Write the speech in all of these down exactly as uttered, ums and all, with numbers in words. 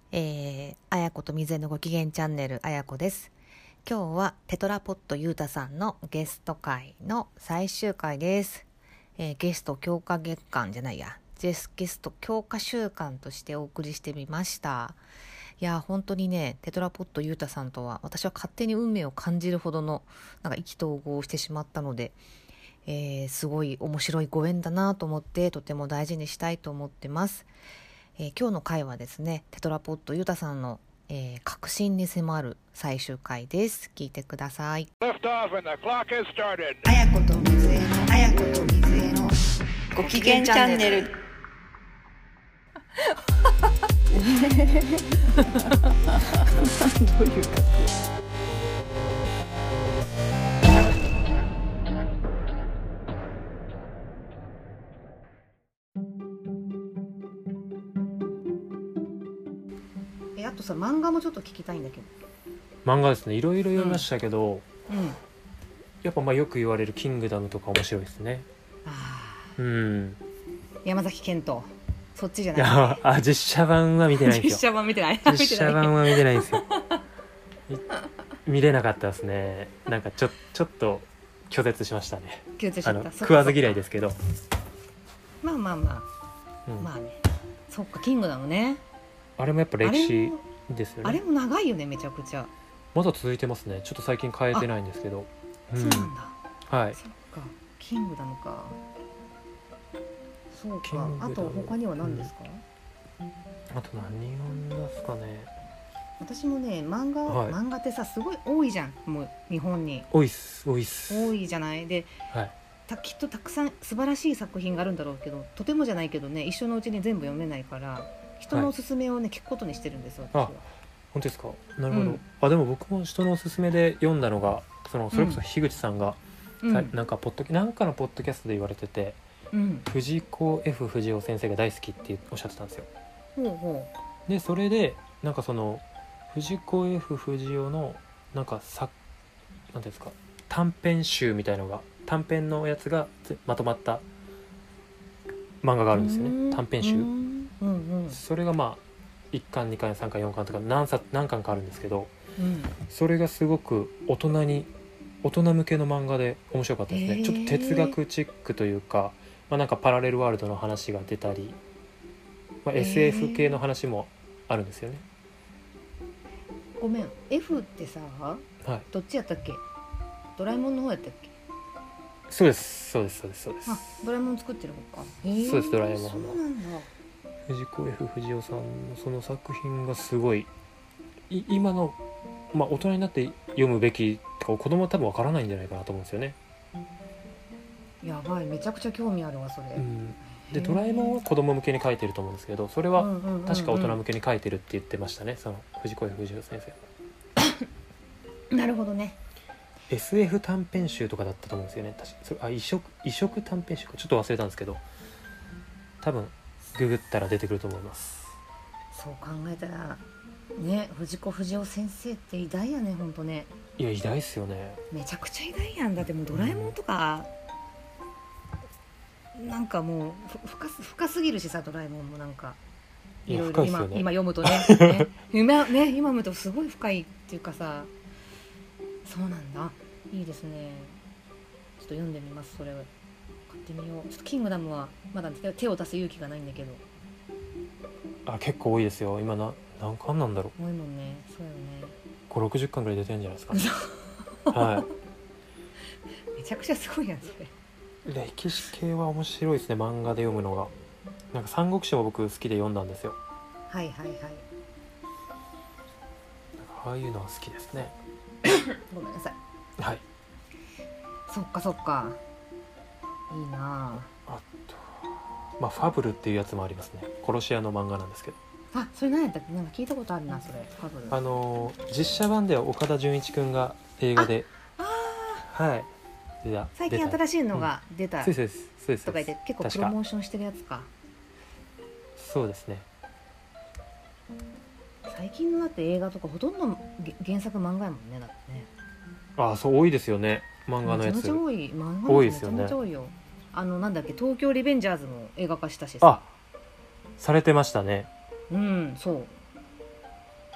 えー、あやことみずえのご機嫌チャンネル、あやこです。今日はテトラポットゆうたさんのゲスト会の最終回です。えー、ゲスト強化月間じゃないやゲスゲスト強化週間としてお送りしてみました。いや本当にね、テトラポットゆうたさんとは私は勝手に運命を感じるほどのなんか意気投合してしまったので、えー、すごい面白いご縁だなと思って、とても大事にしたいと思ってます。えー、今日の回はですね、テトラポットゆうたさんの、えー、確信に迫る最終回です。聞いてください。あやことみずえのあやことみずえのご機嫌チャンネル。どういうかえあとさ、漫画もちょっと聞きたいんだけど。 漫画ですね、いろいろ読みましたけど、 うん、 やっぱまあよく言われるキングダムとか面白いですね。 あうん。 山崎賢人、そっちじゃいない、 やあ実写版は見てないんですよ。 実写版見てない実写版は見てないんですよ。見れなかったですね。なんかちょちょっと拒絶しましたね。 拒絶しちゃった。 あの食わず嫌いですけど、 まあまあまあ、うん、まあね、そっか、キングダムね。あれもやっぱ歴史ですよね。 あれも長いよね、めちゃくちゃ。 まだ続いてますね。ちょっと最近変えてないんですけど。 うん、そうなんだ。 はい。 そっか、キングダムか。そうか。あと他には何ですか？ うん、あと何読んだっすかね。 私もね、漫画、はい、漫画ってさすごい多いじゃん。もう日本に多いっす多いっす多いじゃないで、はい、たきっとたくさん素晴らしい作品があるんだろうけど、とてもじゃないけどね、一生のうちに全部読めないから人のおすすめをね、はい、聞くことにしてるんですよ、私は。 あ、本当ですか。なるほど、うん、あでも僕も人のおすすめで読んだのが、そのそれこそ樋口さんが、うん、なんかポッドなんかのポッドキャストで言われてて、うん、藤子 F 不二雄先生が大好きっておっしゃってたんですよ。 ほうほうでそれでなんかその藤子 F 不二雄のなんかさなんていうんですか、短編集みたいのが、短編のやつがまとまった漫画があるんですよね。短編集、うんうん、それがまあいっかんにかんさんかんよんかんとか何冊何巻かあるんですけど、うん、それがすごく大人に大人向けの漫画で面白かったですね。ちょっと哲学チックというか、まあ、なんかパラレルワールドの話が出たり、まあ、エスエフ 系の話もあるんですよね。 ごめん、 F ってさ、はい、どっちやったっけ？ドラえもんの方やったっけ？ そうですそうですそうですそうです。 あ、ドラえもん作ってる方か。 そうです、ドラえもんの。 そうなんだ。 藤子 F 不二雄さんのその作品がすごい、い今の、まあ、大人になって読むべきとか、子供は多分わからないんじゃないかなと思うんですよね。 やばい、めちゃくちゃ興味あるわそれ、うん、 でドラえもんは子供向けに書いてると思うんですけど、それは確か大人向けに書いてるって言ってましたね、その藤子 F 不二雄先生なるほどね。 エスエフ 短編集とかだったと思うんですよね。確かそれ、あ、異色異色短編集かちょっと忘れたんですけど、多分ググったら出てくると思います。 そう考えたらね、藤子不二雄先生って偉大やね、ほんとね。 いや偉大っすよね。 めちゃくちゃ偉大やん。だってもうドラえもんとか、うん、なんかもう深す深すぎるしさ、ドラえもんもなんかいろいろ 今, 今読むと ね, ね, 今, ね今読むとすごい深いっていうかさ。そうなんだ、いいですね。ちょっと読んでみます。それを買ってみよう。ちょっとキングダムはまだ手を出す勇気がないんだけど。 あ、結構多いですよ今。な何巻なんだろう。 多いもんね。そうよね。 ごじゅうろくじゅっかんぐらい出てるんじゃないですか、ね、はい。 めちゃくちゃすごいやんそれ。 歴史系は面白いですね、漫画で読むのが。なんか三国志も僕好きで読んだんですよ。 はいはいはい。 ああいうのは好きですね。 ごめんなさい。 はい。 そっかそっか。いいなあ。あとまあファブルっていうやつもありますね。殺し屋の漫画なんですけど。 あ、それ何やったっけ？なんか聞いたことあるな、それ。ファブル。 あのー、実写版では岡田准一くんが映画で、 ああ、はい。 最近新しいのが出た、 うん、そうですそうですとか言って結構プロモーションしてるやつか。 そうですね。 最近のだって映画とかほとんど原作漫画やもんね。だってね。 ああ、そう多いですよね、漫画のやつ。 めちゃめちゃ多い。漫画多いですよね。 めちゃめちゃ多いよ。あのなんだっけ、東京リベンジャーズも映画化したしさ。 あ、されてましたね。 うん、そう。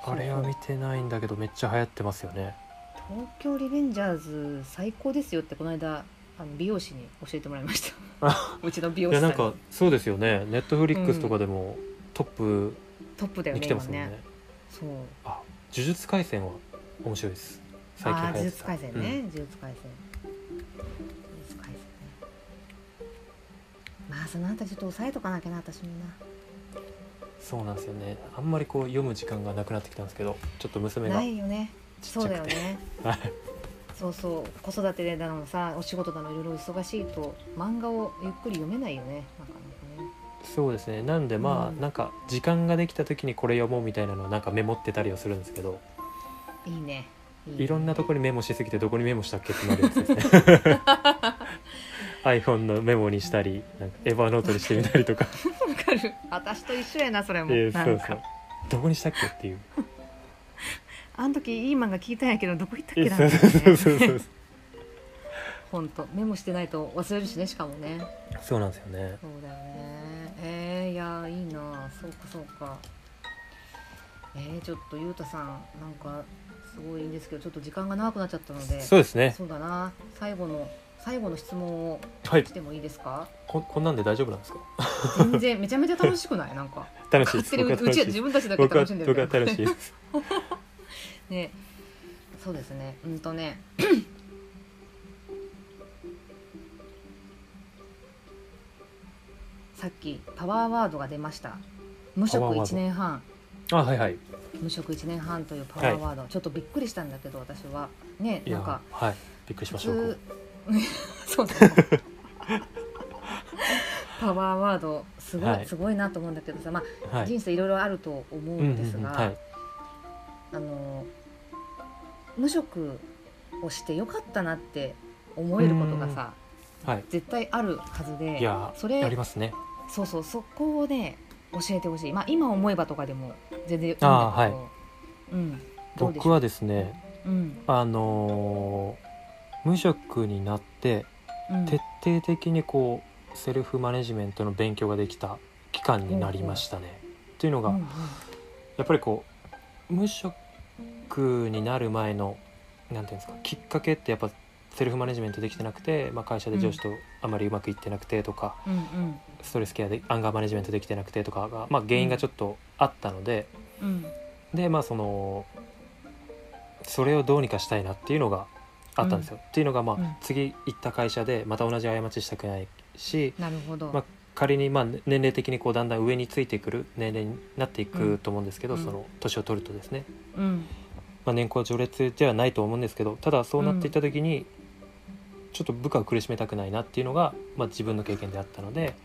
あれは見てないんだけどめっちゃ流行ってますよね。 東京リベンジャーズ最高ですよってこの間あの美容師に教えてもらいましたうちの美容いや師さんに。 なんかそうですよね。ネットフリックスとかでもトップトップだよねに来てますもんね。 今ね。そうあ、呪術廻戦は面白いです。最近ああ呪流行ってた。 術廻戦ね、 うん呪術廻戦呪術廻戦ね。まあそのあたりちょっと抑えとかなきゃな私もな。 そうなんですよね。あんまりこう読む時間がなくなってきたんですけど、ちょっと娘がないよね。 ちっそうちゃくて、 だよねはい、 そうそう子育てでだのさお仕事だのいろいろ忙しいと漫画をゆっくり読めないよねなかなかね。 そうですね。なんでまあ、 うんなんか時間ができた時にこれ読もうみたいなのをなんかメモってたりはするんですけど、 いいねいいねいろんなところにメモしすぎてどこにメモしたっけってなるやつですねiPhone のメモにしたりなんかエヴァノートにしてみたりとかわかる私と一緒やなそれも、 えーなんかそうそうどこにしたっけっていうあの時いい漫画聞いたんやけどどこ行ったっえけなそうそうそうそうそうほんとメモしてないと忘れるしねしかもね。 そうなんですよね。 そうだよね。えー、いやいいなそうかそうか。えー、ちょっとゆうたさんなんかすごいいいんですけどちょっと時間が長くなっちゃったのでそうですね。 そうだな最後の最後の質問をはいしてもいいですか。 こ, こんなんで大丈夫なんですか全然めちゃめちゃ楽しくないなんか楽しいです。 勝手にうちは僕は楽しいです。 自分たちだけ僕は楽しんでる僕は楽しいですね。そうですねうんとねさっきパワーワードが出ました。無職いちねんはんあ、はいはい。 無職いちねんはんというパワーワード、はい、ちょっとびっくりしたんだけど私はねなんかはいびっくりしました僕そうだパワーワードすごい、はい、すごいなと思うんだけどさ、まあはい、人生いろいろあると思うんですが、うんうんうんはい、あの無職をしてよかったなって思えることがさ、はい、絶対あるはずで、 いやそれありますね。 そうそうそこをね教えてほしい。まあ今思えばとかでも全然いいんだけど、 あ、はいうん、 僕はですね、 うん、 あのー、無職になって、うん、徹底的にこうセルフマネジメントの勉強ができた期間になりましたね。っていうのが、うんうん、やっぱりこう無職になる前のなんていうんですかきっかけってやっぱセルフマネジメントできてなくて、まあ、会社で上司とあまりうまくいってなくてとか、うんうん、ストレスケアでアンガーマネジメントできてなくてとかが、まあ、原因がちょっとあったので、うん、でまあそのそれをどうにかしたいなっていうのがあったんですよ、うん、っていうのが、まあうん、次行った会社でまた同じ過ちしたくないし、 なるほど、 まあ、仮にまあ年齢的にこうだんだん上についてくる年齢になっていくと思うんですけど、うん、その年を取るとですね、うんまあ、年功序列ではないと思うんですけど、ただそうなっていった時に、うんちょっと部下を苦しめたくないなっていうのが、まあ、自分の経験であったので、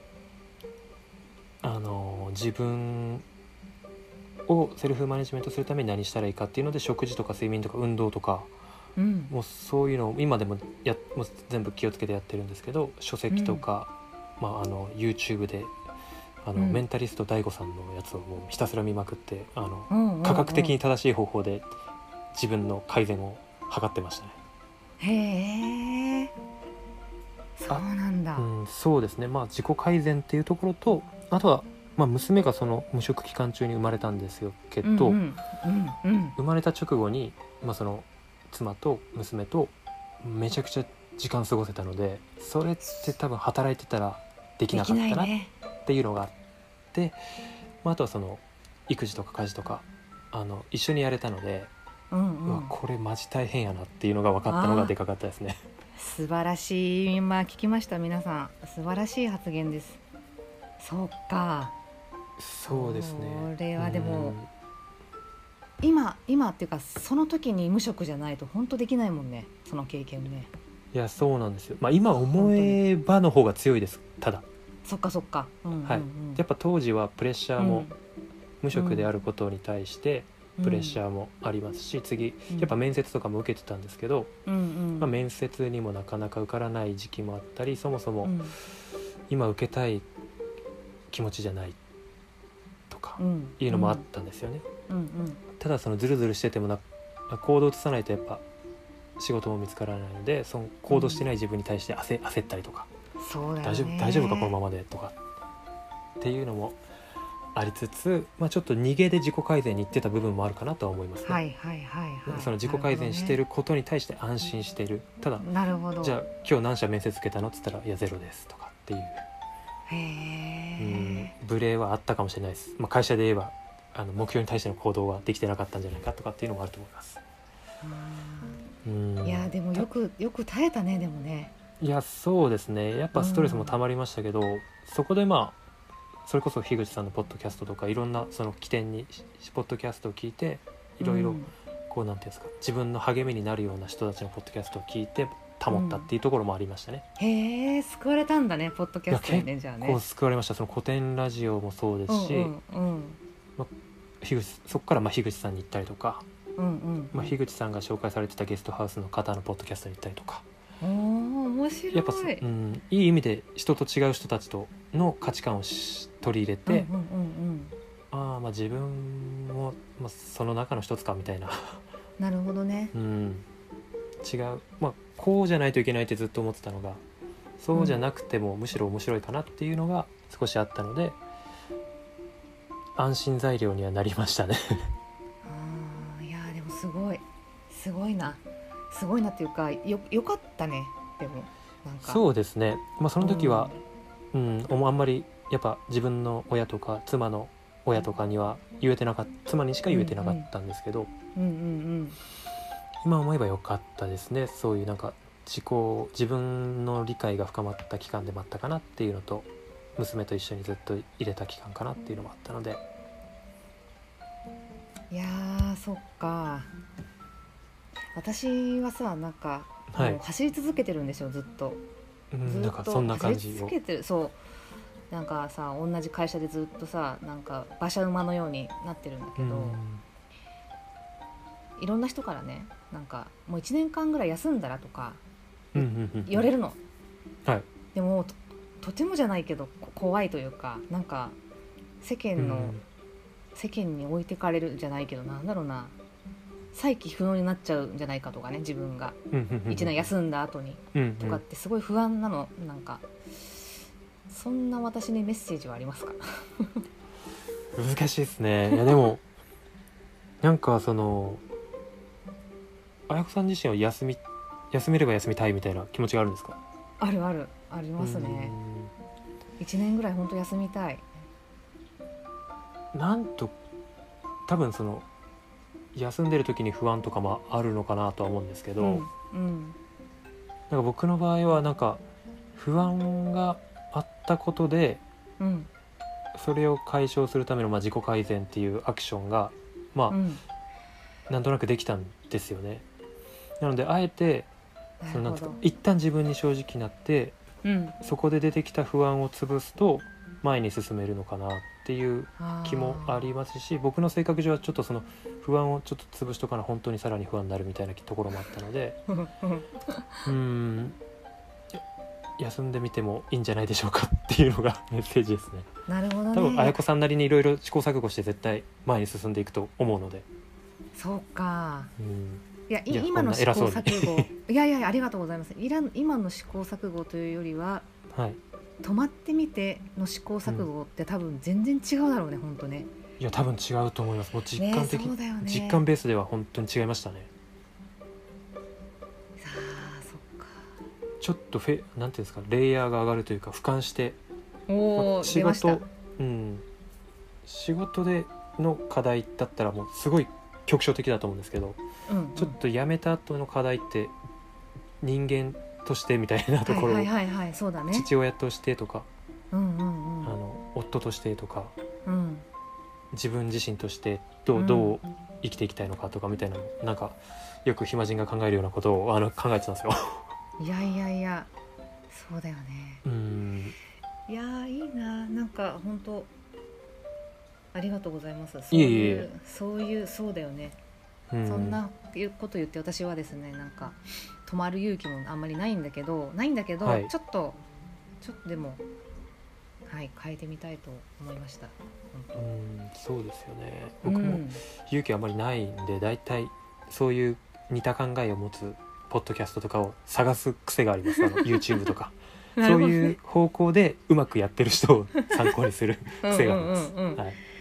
あの自分をセルフマネジメントするために何したらいいかっていうので食事とか睡眠とか運動とか、うん、もうそういうのを今でもやもう全部気をつけてやってるんですけど書籍とか、うんまあ、あの YouTube であの、うん、メンタリスト ダイゴ さんのやつをもうひたすら見まくってあの、うんうんうん、科学的に正しい方法で自分の改善を図ってましたね。 へえ、そうなんだ。 うん、そうですね。まあ自己改善っていうところと、あとはまあ娘がその無職期間中に生まれたんですよけど、うんうんうんうん、生まれた直後に、まあ、その妻と娘とめちゃくちゃ時間過ごせたので、それって多分働いてたらできなかったなっていうのがあって、まあ、あとはその育児とか家事とかあの一緒にやれたので。うんうん、うわこれマジ大変やなっていうのが分かったのがでかかったですね。 素晴らしい。今聞きました皆さん、素晴らしい発言です。そうか、 そうですね。 これはでも、うん、今今っていうかその時に無職じゃないと本当できないもんね、その経験ね。 いやそうなんですよ、まあ、今思えばの方が強いです。ただそっかそっか、うんうんうん、 はい、やっぱ当時はプレッシャーも、うん、無職であることに対して、うんプレッシャーもありますし、次やっぱ面接とかも受けてたんですけど、うんうんまあ、面接にもなかなか受からない時期もあったり、そもそも今受けたい気持ちじゃないとかいうのもあったんですよね、うんうんうん、ただそのズルズルしててもな行動を移さないとやっぱ仕事も見つからないので、その行動してない自分に対して 焦, 焦ったりとか、 そうだよね、 大丈夫、大丈夫かこのままでとかっていうのもありつつ、まあ、ちょっと逃げで自己改善に行ってた部分もあるかなとは思いますね。 はいはいはいはい。 その自己改善してることに対して安心してる。ただなるほど。 じゃあ今日何社面接受けたのって言ったらいやゼロですとかっていう、 へうんえ。 ブレはあったかもしれないです。まあ、会社で言えばあの目標に対しての行動ができてなかったんじゃないかとかっていうのもあると思います。うんいやでもよくよく耐えたね。でもね。 いやそうですね、やっぱストレスもたまりましたけど、うん、そこでまあそれこそ樋口さんのポッドキャストとかいろんなその起点にポッドキャストを聞いていろいろこうなんていうんですか、自分の励みになるような人たちのポッドキャストを聞いて保ったっていうところもありましたね、 うん、へえ救われたんだねポッドキャストにね。じゃあね結構救われました。その古典ラジオもそうですし、うんうんうんまあ、樋口そこからまあ樋口さんに行ったりとか、うんうんうんまあ、樋口さんが紹介されてたゲストハウスの方のポッドキャストに行ったりとか、 お面白い。 やっぱ、うん、いい意味で人と違う人たちとの価値観を取り入れて、うんうんうんうん、ああまあ自分も、まあ、その中の一つかみたいななるほどね、 うん、違う、まあ、こうじゃないといけないってずっと思ってたのがそうじゃなくてもむしろ面白いかなっていうのが少しあったので、安心材料にはなりましたねあいやでもすごいすごいなすごいなっていうか よ, よかったね。でもなんかそうですね、まあ、その時は、うんうん、あんまりやっぱ自分の親とか妻の親とかには言えてなかった妻にしか言えてなかったんですけど、うんうんうんうん、今思えばよかったですね。そういうなんか自己自分の理解が深まった期間でもあったかなっていうのと、娘と一緒にずっと入れた期間かなっていうのもあったので。 いやーそっか。私はさなんか、はい、もう走り続けてるんですよずっと、 うん、ずっと走り続けてる。そうなんかさ同じ会社でずっとさなんか馬車馬のようになってるんだけど、うん、いろんな人からねなんかもういちねんかんぐらい休んだらとか言われるの、 はい、 でも と, とてもじゃないけど怖いというかなんか世間の、うん、世間に置いてかれるじゃないけどなんだろうな再起不能になっちゃうんじゃないかとかね自分がいちねん休んだ後にとかってすごい不安なの。なんかそんな私にメッセージはありますか難しいですね。いやでもなんかその綾子さん自身は休み休めれば休みたいみたいな気持ちがあるんですか？ あるあるありますね。いちねんぐらい本当休みたい。 なんと多分その休んでる時に不安とかもあるのかなとは思うんですけど、うんうん、なんか僕の場合はなんか不安があったことで、うん、それを解消するためのまあ自己改善っていうアクションがまあ、うん、なんとなくできたんですよね。なのであえてそのなんですか一旦自分に正直になって、うん、そこで出てきた不安を潰すと前に進めるのかなっていう気もありますし、僕の性格上はちょっとその不安をちょっと潰しとかな本当にさらに不安になるみたいなところもあったのでうーん休んでみてもいいんじゃないでしょうかっていうのがメッセージですね。 なるほどね。 多分綾子さんなりにいろいろ試行錯誤して絶対前に進んでいくと思うので。 そうか、うん、いやいや今の試行錯誤いやいやありがとうございます。いら今の試行錯誤というよりは、はい、止まってみての試行錯誤って多分全然違うだろうね、うん、本当ね。 いや多分違うと思います。もう実感的、 ねね、 実感ベースでは本当に違いましたね。 さあそっか。 ちょっとフェなんていうんですかレイヤーが上がるというか俯瞰してお、まあ、 仕事、うん、仕事での課題だったらもうすごい局所的だと思うんですけど、うんうん、ちょっと辞めた後の課題って人間としてみたいなところ、 はいはいはいはい、そうだね、 父親としてとか、 うんうんうん、 あの夫としてとか、 うん、 自分自身としてどう、どう生きていきたいのかとかみたいなのなんかよく暇人が考えるようなことをあの考えてたんですよ。 いやいやいやそうだよね。 うんいやいいな、なんか本当ありがとうございます。そういういえいえそういうそうだよね、うん、そんなこと言って私はですねなんか止まる勇気もあんまりないんだけどないんだけど、はい、ちょっとちょっとでもはい変えてみたいと思いました。本当うんそうですよね。僕も勇気あんまりないんでだいたいそういう似た考えを持つポッドキャストとかを探す癖があります。あの YouTube とかそういう方向でうまくやってる人を参考にする癖があります。うんうんうんうん、はい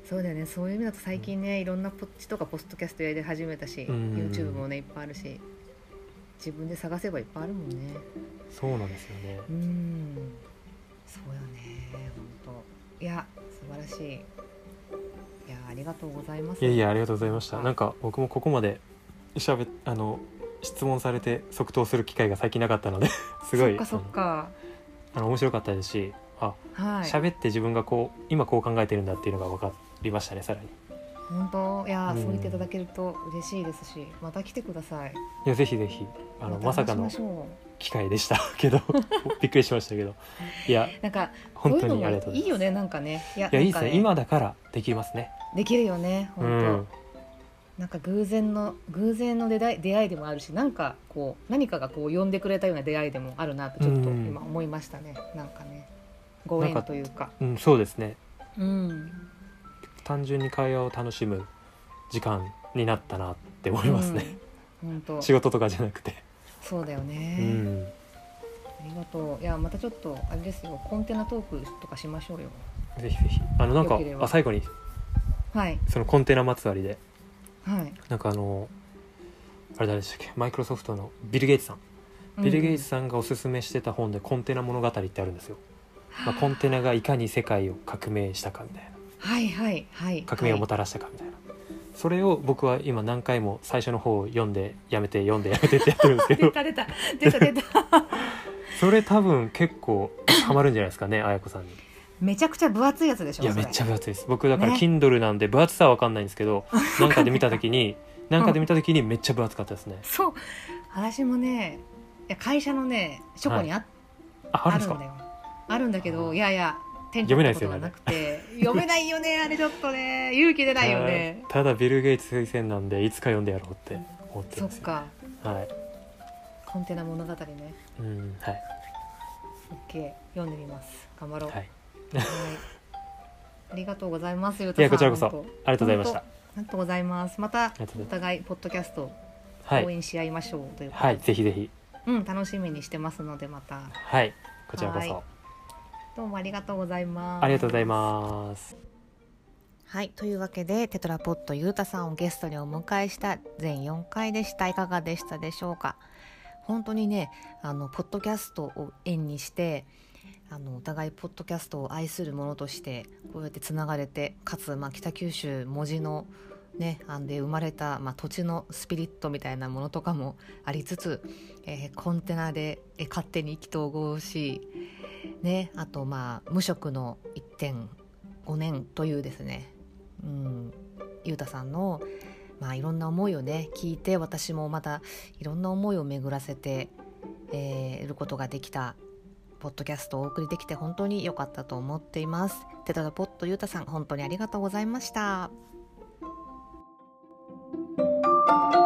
そうだよね。そういう意味だと最近ね、いろんなポッチとかポストキャストやり始めたし、 うん YouTube もねいっぱいあるし、自分で探せばいっぱいあるもんね。 そうなんですよね。 うん、そうよね、本当。いや素晴らしい。いやありがとうございます。 いやいやありがとうございました。 あなんか僕もここまでしゃべあの質問されて即答する機会が最近なかったのですごいそっかそっか。 あの面白かったですし、あはい。 喋って自分がこう今こう考えてるんだっていうのが分かりましたね。さらに本当。いや、 うんそう言っていただけると嬉しいですし、また来てください。 いやぜひぜひあのまさかのた話しましょ機会でしたけどびっくりしましたけど、いやう。なんか本当にこういうのもありがとうございます。 いいよね、なんかね。いやいやいいなんかですね。今だからできますね。 できるよね、 う本ん当。なんか偶然の偶然の出会い出会いでもあるし、なんかこう何かがこう呼んでくれたような出会いでもあるなとちょっとうん今思いましたね。なんかね、ご縁というか。 うんそうですね。 うん。 単純に会話を楽しむ時間になったなって思いますね。 うん、本当。 仕事とかじゃなくて、 そうだようね。 ん、 ありがとう。いやまたちょっとあれですよ、コンテナトークとかしましょうよ。 ぜひぜひあのなんかよければあ最後にはいそのコンテナまつわりではい。 なんかあのあれ誰でしたっけ、マイクロソフトのビル・ゲイツさん、ビル・ゲイツさんがおすすめしてた本でコンテナ物語ってあるんですよ。まあ、コンテナがいかに世界を革命したかみたいな、 はいはいはい革命をもたらしたかみたいな、それを僕は今何回も最初の方を読んでやめて読んでやめてってやってるんですけ出どた出た出た出たそれ多分結構ハマるんじゃないですかね、あやこさんに。 めちゃくちゃ分厚いやつでしょ。 いやめっちゃ分厚いです。僕だからね Kindle なんで分厚さは分かんないんですけど、なんかで見た時になんかで見た時にめっちゃ分厚かったですね。 そう、私もね、いや会社のね書庫にあ,、 あ、あるんですか。 あるんだよ。あるんだけど、いやいや店長読めないですよねってことがなくて読めないよねあれちょっとね勇気出ないよね。 ただビル・ゲイツ推薦なんでいつか読んでやろうって思ってるんですよ。 そっか、 はい、 コンテナ物語ね。 うんはい OK、 読んでみます。頑張ろう。 ははいい、ありがとうございます。ゆういたさん、 やこちらこそ本当ありがとうございました。 ありがとうございます。またおりがとうございます。 互いポッドキャストはい応援し合いましょうということで、 はいぜひぜひ、 うん、楽しみにしてますので、またはいこちらこはいそどうもありがとうございます。 ありがとうございます。 はい、というわけでテトラポットゆうたさんをゲストにお迎えした全よんかいでした。いかがでしたでしょうか。本当にね、あのポッドキャストを縁にしてあのお互いポッドキャストを愛するものとしてこうやってつながれて、かつ、まあ、北九州門司のねあんで生まれた、まあ、土地のスピリットみたいなものとかもありつつ、えーコンテナで、えー勝手に意気投合し、ね、あとまあ無職の いってんご 年というですね、うん、ゆうたさんの、まあ、いろんな思いをね聞いて、私もまたいろんな思いを巡らせて、えー、いることができたポッドキャストをお送りできて本当に良かったと思っています。テトラポットゆうたさん、本当にありがとうございました。